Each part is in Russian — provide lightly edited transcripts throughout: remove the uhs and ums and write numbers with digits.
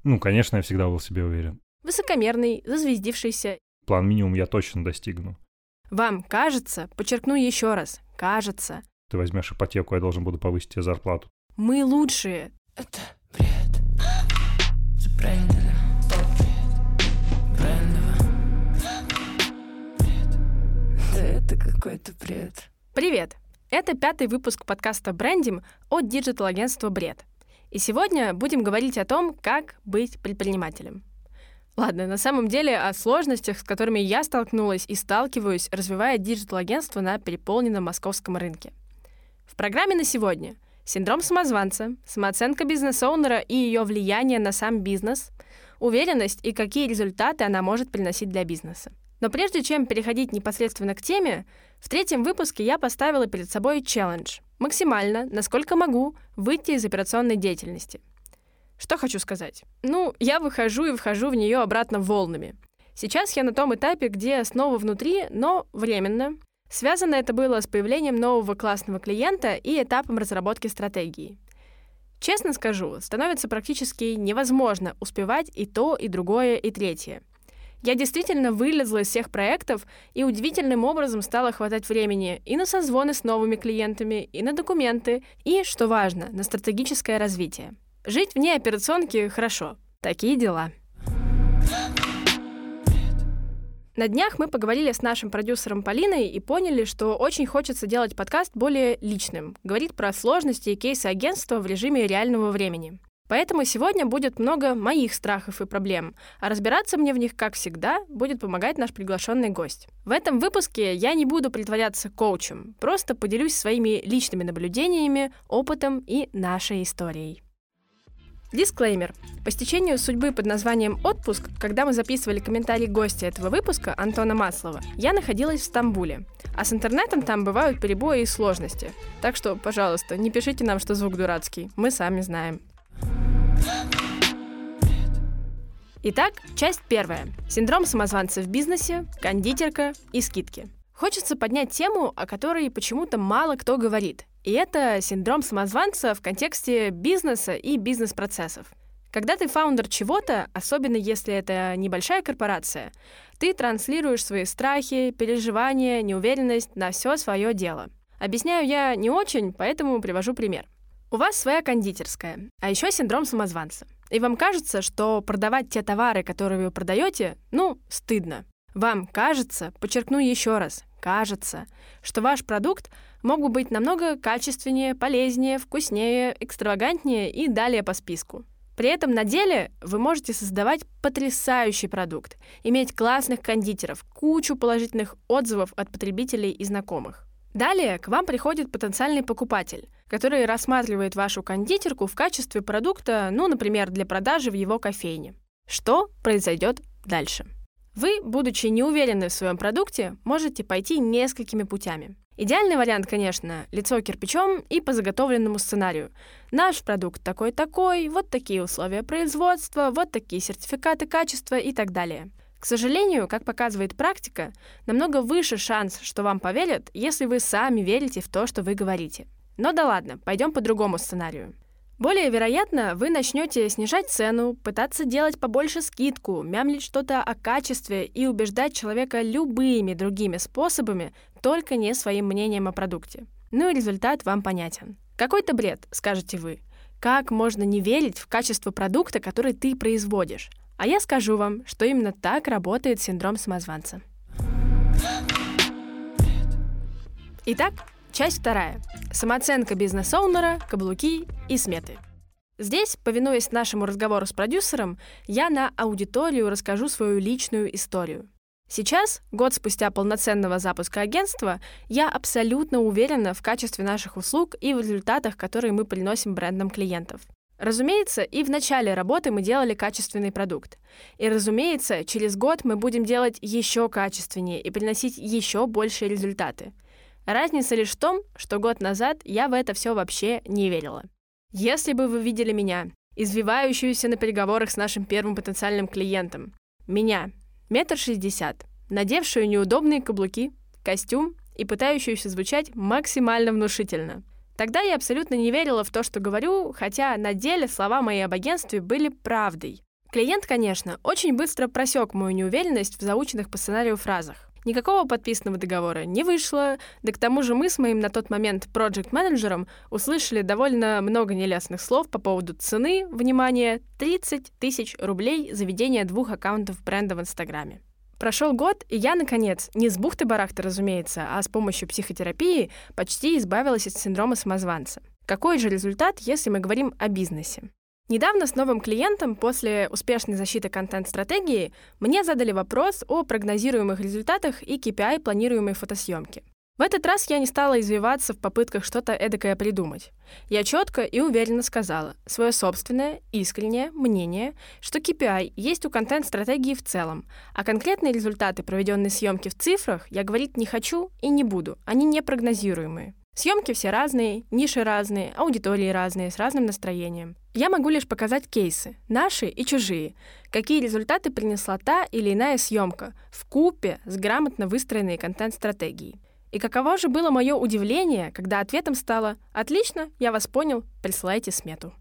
Конечно, я всегда был в себе уверен. Высокомерный, зазвездившийся. План минимум я точно достигну. Вам кажется, подчеркну еще раз, кажется. Ты возьмешь ипотеку, я должен буду повысить тебе зарплату. Мы лучшие. Это бред. Забрендили. Да это какой-то бред. Привет! Это 5-й выпуск подкаста «Брендим» от диджитал-агентства «Бред». И сегодня будем говорить о том, как быть предпринимателем. Ладно, на самом деле о сложностях, с которыми я столкнулась и сталкиваюсь, развивая диджитал-агентство на переполненном московском рынке. В программе на сегодня синдром самозванца, самооценка бизнес-оунера и ее влияние на сам бизнес, уверенность и какие результаты она может приносить для бизнеса. Но прежде чем переходить непосредственно к теме, в 3-м выпуске я поставила перед собой челлендж — максимально, насколько могу, выйти из операционной деятельности. Что хочу сказать? Я выхожу и вхожу в нее обратно волнами. Сейчас я на том этапе, где снова внутри, но временно. Связано это было с появлением нового классного клиента и этапом разработки стратегии. Честно скажу, становится практически невозможно успевать и то, и другое, и третье. Я действительно вылезла из всех проектов и удивительным образом стала хватать времени и на созвоны с новыми клиентами, и на документы, и, что важно, на стратегическое развитие. Жить вне операционки хорошо. Такие дела. На днях мы поговорили с нашим продюсером Полиной и поняли, что очень хочется делать подкаст более личным, говорить про сложности и кейсы агентства в режиме реального времени. Поэтому сегодня будет много моих страхов и проблем, а разбираться мне в них, как всегда, будет помогать наш приглашенный гость. В этом выпуске я не буду притворяться коучем, просто поделюсь своими личными наблюдениями, опытом и нашей историей. Дисклеймер. По стечению судьбы под названием «Отпуск», когда мы записывали комментарий гостя этого выпуска, Антона Маслова, я находилась в Стамбуле. А с интернетом там бывают перебои и сложности. Так что, пожалуйста, не пишите нам, что звук дурацкий. Мы сами знаем. Итак, часть 1. Синдром самозванца в бизнесе, кондитерка и скидки. Хочется поднять тему, о которой почему-то мало кто говорит. И это синдром самозванца в контексте бизнеса и бизнес-процессов. Когда ты фаундер чего-то, особенно если это небольшая корпорация, ты транслируешь свои страхи, переживания, неуверенность на все свое дело. Объясняю я не очень, поэтому привожу пример. У вас своя кондитерская, а еще синдром самозванца. И вам кажется, что продавать те товары, которые вы продаете, стыдно. Вам кажется, подчеркну еще раз, кажется, что ваш продукт мог бы быть намного качественнее, полезнее, вкуснее, экстравагантнее и далее по списку. При этом на деле вы можете создавать потрясающий продукт, иметь классных кондитеров, кучу положительных отзывов от потребителей и знакомых. Далее к вам приходит потенциальный покупатель, который рассматривает вашу кондитерку в качестве продукта, например, для продажи в его кофейне. Что произойдет дальше? Вы, будучи не уверены в своем продукте, можете пойти несколькими путями. Идеальный вариант, конечно, лицо кирпичом и по заготовленному сценарию. Наш продукт такой-такой, вот такие условия производства, вот такие сертификаты качества и так далее. К сожалению, как показывает практика, намного выше шанс, что вам поверят, если вы сами верите в то, что вы говорите. Но да ладно, пойдем по другому сценарию. Более вероятно, вы начнете снижать цену, пытаться делать побольше скидку, мямлить что-то о качестве и убеждать человека любыми другими способами, только не своим мнением о продукте. И результат вам понятен. Какой-то бред, скажете вы. Как можно не верить в качество продукта, который ты производишь? А я скажу вам, что именно так работает синдром самозванца. Итак, часть 2. Самооценка бизнес-оунера, каблуки и сметы. Здесь, повинуясь нашему разговору с продюсером, я на аудиторию расскажу свою личную историю. Сейчас, год спустя полноценного запуска агентства, я абсолютно уверена в качестве наших услуг и в результатах, которые мы приносим брендам клиентов. Разумеется, и в начале работы мы делали качественный продукт. И, разумеется, через год мы будем делать еще качественнее и приносить еще большие результаты. Разница лишь в том, что год назад я в это все вообще не верила. Если бы вы видели меня, извивающуюся на переговорах с нашим первым потенциальным клиентом, меня, 1,60 м, надевшую неудобные каблуки, костюм и пытающуюся звучать максимально внушительно. Тогда я абсолютно не верила в то, что говорю, хотя на деле слова мои об агентстве были правдой. Клиент, конечно, очень быстро просек мою неуверенность в заученных по сценарию фразах. Никакого подписанного договора не вышло, да к тому же мы с моим на тот момент проект-менеджером услышали довольно много нелестных слов по поводу цены, внимание, 30 тысяч рублей за ведение 2 аккаунтов бренда в Инстаграме. Прошел год, и я, наконец, не с бухты-барахты, разумеется, а с помощью психотерапии почти избавилась от синдрома самозванца. Какой же результат, если мы говорим о бизнесе? Недавно с новым клиентом после успешной защиты контент-стратегии мне задали вопрос о прогнозируемых результатах и KPI планируемой фотосъемки. В этот раз я не стала извиваться в попытках что-то эдакое придумать. Я четко и уверенно сказала свое собственное, искреннее мнение, что KPI есть у контент-стратегии в целом, а конкретные результаты проведенной съемки в цифрах я говорить не хочу и не буду, они не прогнозируемые. Съемки все разные, ниши разные, аудитории разные, с разным настроением. Я могу лишь показать кейсы, наши и чужие, какие результаты принесла та или иная съемка вкупе с грамотно выстроенной контент-стратегией. И каково же было мое удивление, когда ответом стало «Отлично, я вас понял, присылайте смету».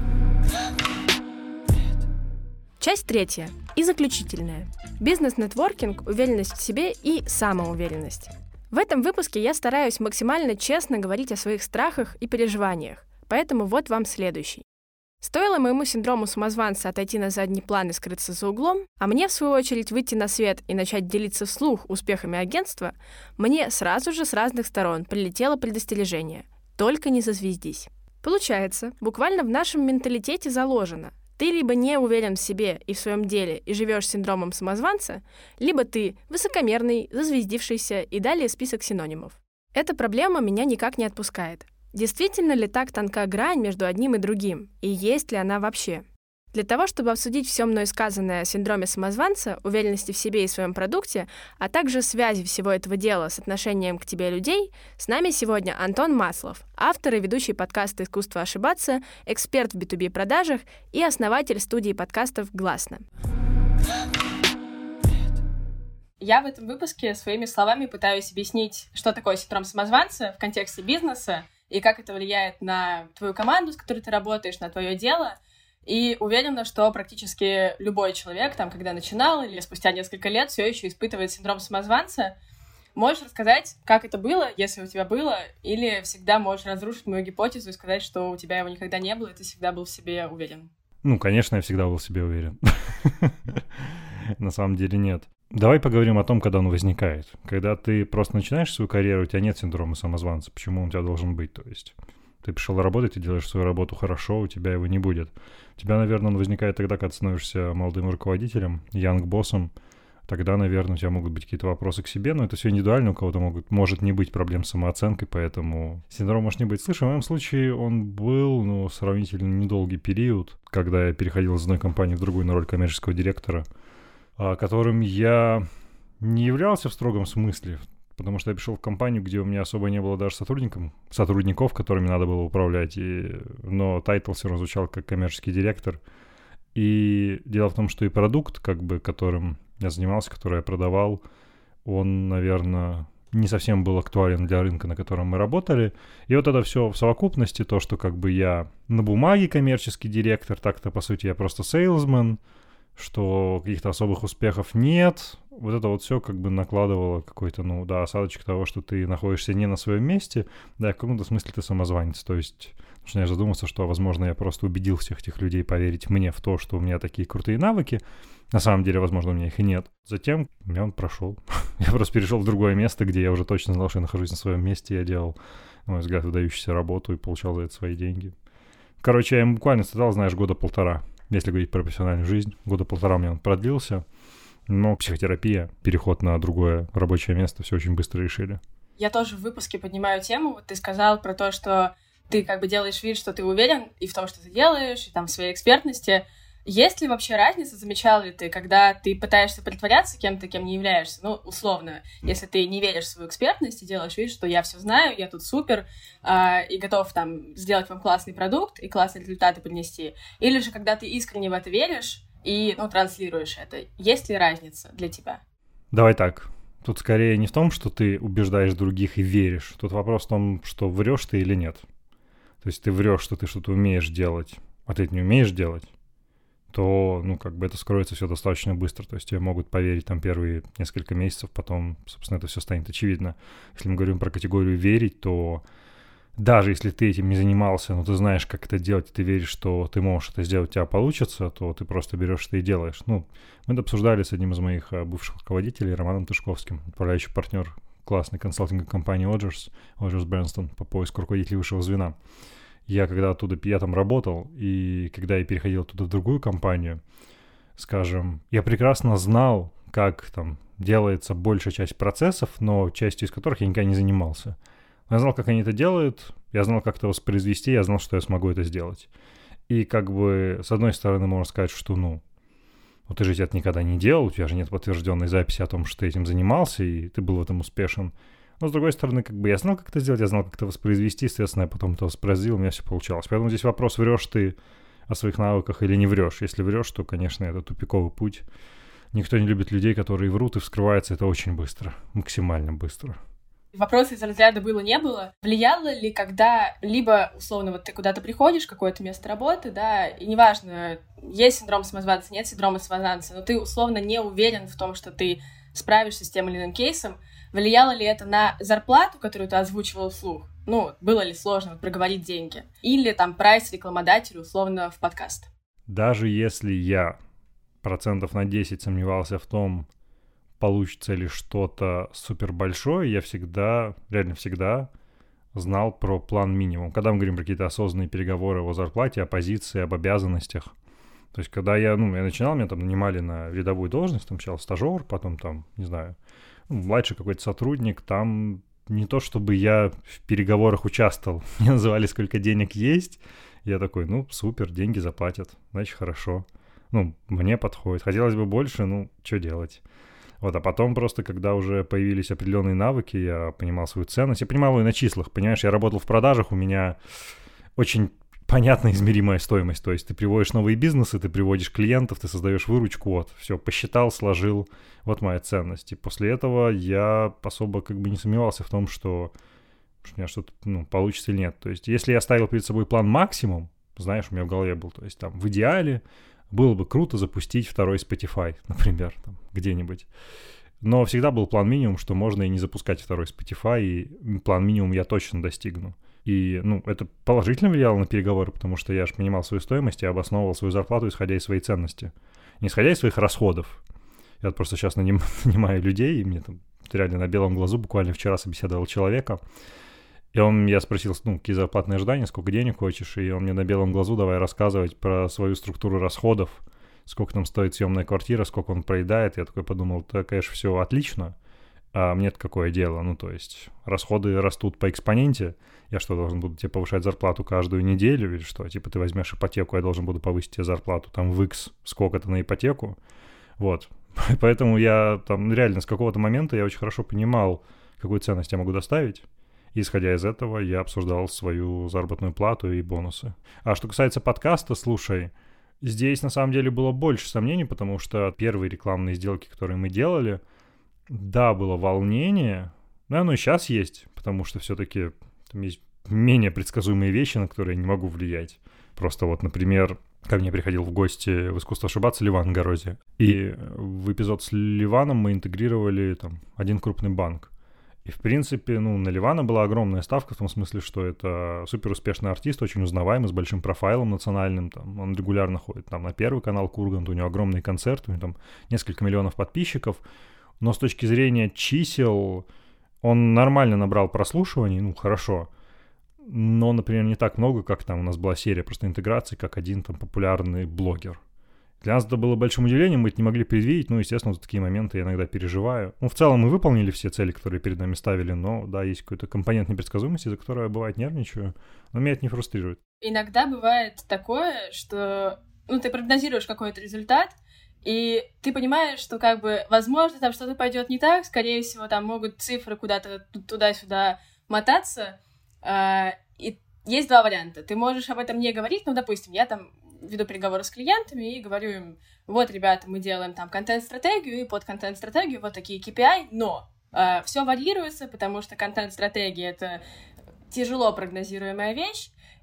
Часть 3. И заключительная. Бизнес-нетворкинг, уверенность в себе и самоуверенность. В этом выпуске я стараюсь максимально честно говорить о своих страхах и переживаниях, поэтому вот вам следующий. Стоило моему синдрому самозванца отойти на задний план и скрыться за углом, а мне, в свою очередь, выйти на свет и начать делиться вслух успехами агентства, мне сразу же с разных сторон прилетело предостережение «Только не зазвездись». Получается, буквально в нашем менталитете заложено: ты либо не уверен в себе и в своем деле и живешь синдромом самозванца, либо ты высокомерный, зазвездившийся и далее список синонимов. Эта проблема меня никак не отпускает. Действительно ли так тонка грань между одним и другим? И есть ли она вообще? Для того, чтобы обсудить все мной сказанное о синдроме самозванца, уверенности в себе и своем продукте, а также связи всего этого дела с отношением к тебе людей, с нами сегодня Антон Маслов, автор и ведущий подкаста «Искусство ошибаться», эксперт в B2B продажах и основатель студии подкастов «Гласно». Я в этом выпуске своими словами пытаюсь объяснить, что такое синдром самозванца в контексте бизнеса и как это влияет на твою команду, с которой ты работаешь, на твое дело. И уверена, что практически любой человек, когда начинал или спустя несколько лет, все еще испытывает синдром самозванца. Можешь рассказать, как это было, если у тебя было, или всегда можешь разрушить мою гипотезу и сказать, что у тебя его никогда не было, и ты всегда был в себе уверен? Конечно, я всегда был в себе уверен. На самом деле нет. Давай поговорим о том, когда он возникает. Когда ты просто начинаешь свою карьеру, у тебя нет синдрома самозванца. Почему он у тебя должен быть? То есть ты пришел работать, ты делаешь свою работу хорошо, у тебя его не будет. У тебя, наверное, он возникает тогда, когда ты становишься молодым руководителем, янг-боссом. Тогда, наверное, у тебя могут быть какие-то вопросы к себе, но это все индивидуально, у кого-то может не быть проблем с самооценкой, поэтому синдром может не быть. Слушай, в моем случае он был, сравнительно недолгий период, когда я переходил из одной компании в другую на роль коммерческого директора, которым я не являлся в строгом смысле, потому что я пришел в компанию, где у меня особо не было даже сотрудников, которыми надо было управлять, но тайтл все равно звучал как коммерческий директор. И дело в том, что и продукт, которым я занимался, который я продавал, он, наверное, не совсем был актуален для рынка, на котором мы работали. И вот это все в совокупности, то, что я на бумаге коммерческий директор, так-то, по сути, я просто сейлзмен, что каких-то особых успехов нет. Вот это вот все накладывало какой-то, осадочек того, что ты находишься не на своем месте, да, в каком-то смысле ты самозванец. То есть начинаешь задуматься, что, возможно, я просто убедил всех этих людей поверить мне в то, что у меня такие крутые навыки. На самом деле, возможно, у меня их и нет. Затем у меня он прошел. Я просто перешел в другое место, где я уже точно знал, что я нахожусь на своем месте. Я делал, на мой взгляд, выдающуюся работу и получал за это свои деньги. Короче, я им буквально страдал, года полтора. Если говорить про профессиональную жизнь, года полтора у меня он продлился. Но психотерапия, переход на другое рабочее место, все очень быстро решили. Я тоже в выпуске поднимаю тему. Вот ты сказал про то, что ты делаешь вид, что ты уверен и в том, что ты делаешь, и в своей экспертности. Есть ли вообще разница, замечал ли ты, когда ты пытаешься притворяться кем-то, кем не являешься? Условно, если ты не веришь в свою экспертность и делаешь вид, что я все знаю, я тут супер, и готов сделать вам классный продукт и классные результаты принести. Или же, когда ты искренне в это веришь и, транслируешь это. Есть ли разница для тебя? Давай так. Тут скорее не в том, что ты убеждаешь других и веришь. Тут вопрос в том, что врешь ты или нет. То есть ты врешь, что ты что-то умеешь делать, а ты это не умеешь делать, то, ну, как бы это скроется все достаточно быстро. То есть тебе могут поверить там первые несколько месяцев, потом, собственно, это все станет очевидно. Если мы говорим про категорию верить, то даже если ты этим не занимался, но ты знаешь, как это делать, и ты веришь, что ты можешь это сделать, у тебя получится, то ты просто берешь это и делаешь. Ну, мы это обсуждали с одним из моих бывших руководителей, Романом Тышковским, управляющий партнер классной консалтинговой компании Odgers Berndsen по поиску руководителей высшего звена. Я там работал, и когда я переходил оттуда в другую компанию, скажем, я прекрасно знал, как там делается большая часть процессов, но частью из которых я никогда не занимался. Я знал, как они это делают, я знал, как это воспроизвести, я знал, что я смогу это сделать. И как бы, с одной стороны, можно сказать, что, ну, ты же это никогда не делал, у тебя же нет подтвержденной записи о том, что ты этим занимался, и ты был в этом успешен. Но, с другой стороны, как бы я знал, как это сделать, я знал, как это воспроизвести, соответственно, я потом это воспроизвел, у меня все получалось. Поэтому здесь вопрос, врешь ты о своих навыках или не врешь. Если врешь, то, конечно, это тупиковый путь. Никто не любит людей, которые врут, и вскрывается это очень быстро, максимально быстро. Вопрос из разряда «было-не было». Влияло ли, когда либо, условно, вот ты куда-то приходишь, в какое-то место работы, да, и неважно, есть синдром самозванца, нет синдрома самозванца, но ты, условно, не уверен в том, что ты справишься с тем или иным кейсом, влияло ли это на зарплату, которую ты озвучивал вслух? Ну, было ли сложно проговорить деньги? Или там прайс рекламодателю, условно, в подкаст? Даже если я 10% сомневался в том, получится ли что-то супер большое, я всегда, реально всегда знал про план минимум. Когда мы говорим про какие-то осознанные переговоры о зарплате, о позиции, об обязанностях. То есть, когда я начинал, меня там нанимали на рядовую должность, там сначала стажер, потом там, не знаю, младший какой-то сотрудник, там не то чтобы я в переговорах участвовал, мне называли, сколько денег есть, я такой, супер, деньги заплатят, значит, хорошо. Мне подходит. Хотелось бы больше, что делать? Вот, а потом просто, когда уже появились определенные навыки, я понимал свою ценность. Я понимал ее на числах, понимаешь? Я работал в продажах, у меня очень понятная измеримая стоимость. То есть ты приводишь новые бизнесы, ты приводишь клиентов, ты создаешь выручку, вот, все, посчитал, сложил, вот моя ценность. И после этого я особо не сомневался в том, что у меня что-то получится или нет. То есть если я ставил перед собой план максимум, знаешь, у меня в голове был, то есть там в идеале было бы круто запустить второй Spotify, например, там, где-нибудь. Но всегда был план минимум, что можно и не запускать второй Spotify, и план минимум я точно достигну. И, это положительно влияло на переговоры, потому что я же понимал свою стоимость и обосновывал свою зарплату, исходя из своей ценности. Не исходя из своих расходов. Я просто сейчас нанимаю людей, и мне там реально на белом глазу буквально вчера собеседовал человека. И я спросил, какие зарплатные ожидания, сколько денег хочешь, и он мне на белом глазу давай рассказывать про свою структуру расходов, сколько там стоит съемная квартира, сколько он проедает. Я такой подумал, это, конечно, все отлично, а мне-то какое дело? То есть расходы растут по экспоненте, я что, должен буду тебе повышать зарплату каждую неделю или что? Типа ты возьмешь ипотеку, я должен буду повысить тебе зарплату там в X, сколько-то на ипотеку. Вот. Поэтому я там реально с какого-то момента я очень хорошо понимал, какую ценность я могу доставить. И, исходя из этого, я обсуждал свою заработную плату и бонусы. А что касается подкаста, слушай, здесь на самом деле было больше сомнений, потому что первые рекламные сделки, которые мы делали, да, было волнение, но оно и сейчас есть, потому что все-таки там есть менее предсказуемые вещи, на которые я не могу влиять. Просто вот, например, ко мне приходил в гости в «Искусство ошибаться» Ливан Горозия. И в эпизод с Ливаном мы интегрировали там один крупный банк. И, в принципе, на Ливана была огромная ставка в том смысле, что это суперуспешный артист, очень узнаваемый, с большим профайлом национальным. Там, он регулярно ходит на Первый канал к Урганту, у него огромные концерты, у него там несколько миллионов подписчиков. Но с точки зрения чисел он нормально набрал прослушиваний, хорошо. Но, например, не так много, как там у нас была серия просто интеграции, как один там популярный блогер. Для нас это было большим удивлением, мы это не могли предвидеть, естественно, в такие моменты я иногда переживаю. В целом мы выполнили все цели, которые перед нами ставили, но, да, есть какой-то компонент непредсказуемости, из-за которого я, бывает, нервничаю, но меня это не фрустрирует. Иногда бывает такое, что, ты прогнозируешь какой-то результат, и ты понимаешь, что, возможно, там что-то пойдет не так, скорее всего, там могут цифры куда-то туда-сюда мотаться, и есть два варианта. Ты можешь об этом не говорить, допустим, я там веду переговоры с клиентами и говорю им, вот, ребята, мы делаем там контент-стратегию, и под контент-стратегию вот такие KPI, но все варьируется, потому что контент-стратегия — это тяжело прогнозируемая вещь,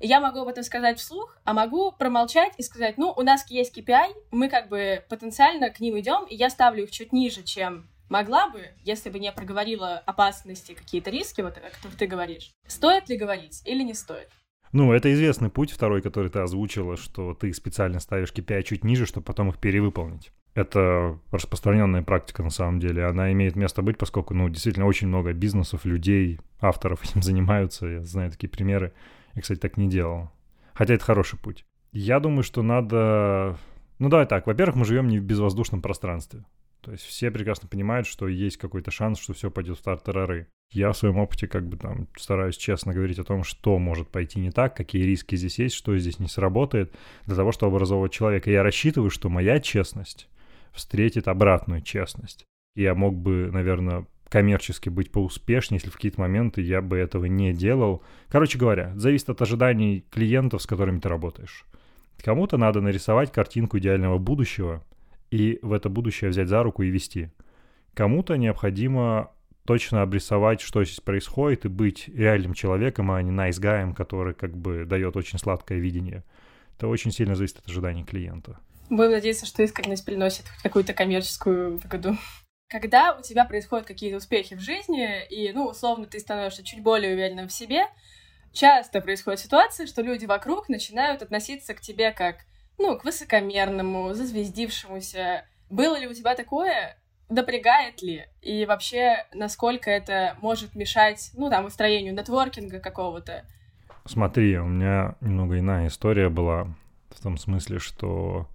И я могу об этом сказать вслух, а могу промолчать и сказать, ну, у нас есть KPI, мы как бы потенциально к ним идем, и я ставлю их чуть ниже, чем могла бы, если бы не проговорила опасности, какие-то риски, вот о которых ты говоришь. Стоит ли говорить или не стоит? Ну, это известный путь, второй, который ты озвучила, что ты специально ставишь KPI чуть ниже, чтобы потом их перевыполнить. Это распространенная практика на самом деле. Она имеет место быть, поскольку, ну, действительно очень много бизнесов, людей, авторов этим занимаются. Я знаю такие примеры. Я, кстати, так не делал. Хотя это хороший путь. Я думаю, что надо... Ну, давай так. Во-первых, мы живем не в безвоздушном пространстве. То есть все прекрасно понимают, что есть какой-то шанс, что все пойдет в тартарары. Я в своем опыте как бы там стараюсь честно говорить о том, что может пойти не так, какие риски здесь есть, что здесь не сработает, для того, чтобы образовывать человека. И я рассчитываю, что моя честность встретит обратную честность. Я мог бы, наверное, коммерчески быть поуспешнее, если в какие-то моменты я бы этого не делал. Короче говоря, зависит от ожиданий клиентов, с которыми ты работаешь. Кому-то надо нарисовать картинку идеального будущего и в это будущее взять за руку и вести. Кому-то необходимо точно обрисовать, что здесь происходит, и быть реальным человеком, а не nice-гайем, который как бы дает очень сладкое видение. Это очень сильно зависит от ожиданий клиента. Будем надеяться, что искренность приносит какую-то коммерческую выгоду. Когда у тебя происходят какие-то успехи в жизни, и, ну, условно, ты становишься чуть более уверенным в себе, часто происходит ситуация, что люди вокруг начинают относиться к тебе как, ну, к высокомерному, зазвездившемуся. Было ли у тебя такое? Напрягает ли? И вообще, насколько это может мешать, ну, там, устроению нетворкинга какого-то? Смотри, у меня немного иная история была в том смысле, что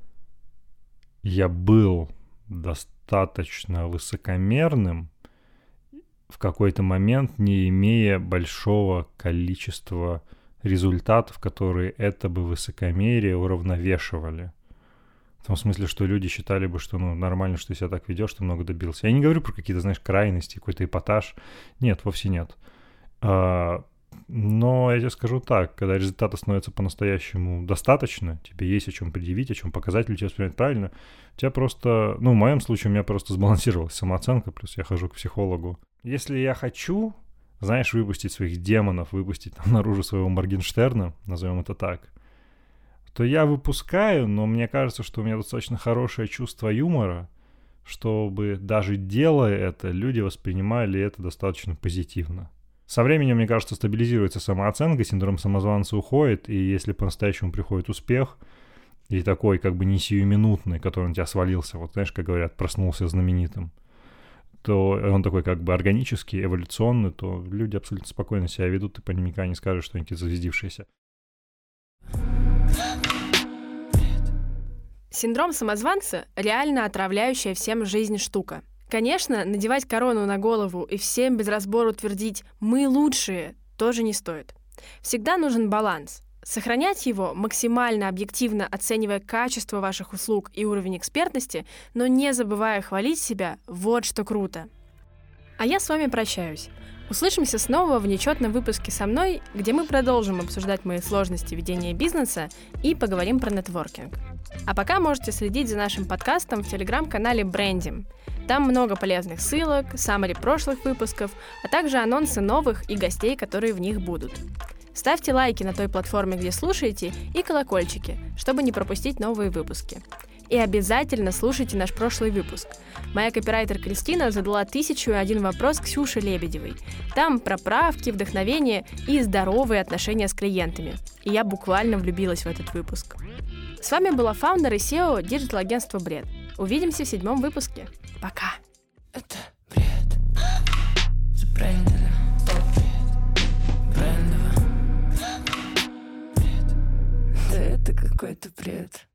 я был достаточно высокомерным в какой-то момент, не имея большого количества результатов, которые это бы высокомерие уравновешивали. В том смысле, что люди считали бы, что ну, нормально, что ты себя так ведешь, ты много добился. Я не говорю про какие-то, знаешь, крайности, какой-то эпатаж. Нет, вовсе нет. Но я тебе скажу так, когда результата становится по-настоящему достаточно, тебе есть о чем предъявить, о чем показать, люди тебя воспринимают правильно, у тебя просто, ну, в моем случае у меня просто сбалансировалась самооценка, плюс я хожу к психологу. Если я хочу, знаешь, выпустить своих демонов, выпустить там наружу своего Моргенштерна, назовем это так, то я выпускаю, но мне кажется, что у меня достаточно хорошее чувство юмора, чтобы даже делая это, люди воспринимали это достаточно позитивно. Со временем, мне кажется, стабилизируется самооценка, синдром самозванца уходит, и если по-настоящему приходит успех, и такой как бы не сиюминутный, который на тебя свалился, вот знаешь, как говорят, проснулся знаменитым, то он такой как бы органический, эволюционный, то люди абсолютно спокойно себя ведут, ты по ним никогда не скажешь, что они какие-то зазвездившиеся. Синдром самозванца — реально отравляющая всем жизнь штука. Конечно, надевать корону на голову и всем без разбору твердить «мы лучшие» тоже не стоит. Всегда нужен баланс. Сохранять его, максимально объективно оценивая качество ваших услуг и уровень экспертности, но не забывая хвалить себя, вот что круто. А я с вами прощаюсь. Услышимся снова в нечетном выпуске со мной, где мы продолжим обсуждать мои сложности ведения бизнеса и поговорим про нетворкинг. А пока можете следить за нашим подкастом в телеграм-канале Brandym. Там много полезных ссылок, саммари прошлых выпусков, а также анонсы новых и гостей, которые в них будут. Ставьте лайки на той платформе, где слушаете, и колокольчики, чтобы не пропустить новые выпуски. И обязательно слушайте наш прошлый выпуск. Моя копирайтер Кристина задала 1001 вопрос Ксюше Лебедевой. Там про правки, вдохновение и здоровые отношения с клиентами. И я буквально влюбилась в этот выпуск. С вами была фаундер и SEO диджитал-агентства Бред. Увидимся в 7 выпуске. Пока! Это бред. Все правильно, бред. Правильно. Бред. Да это какой-то бред.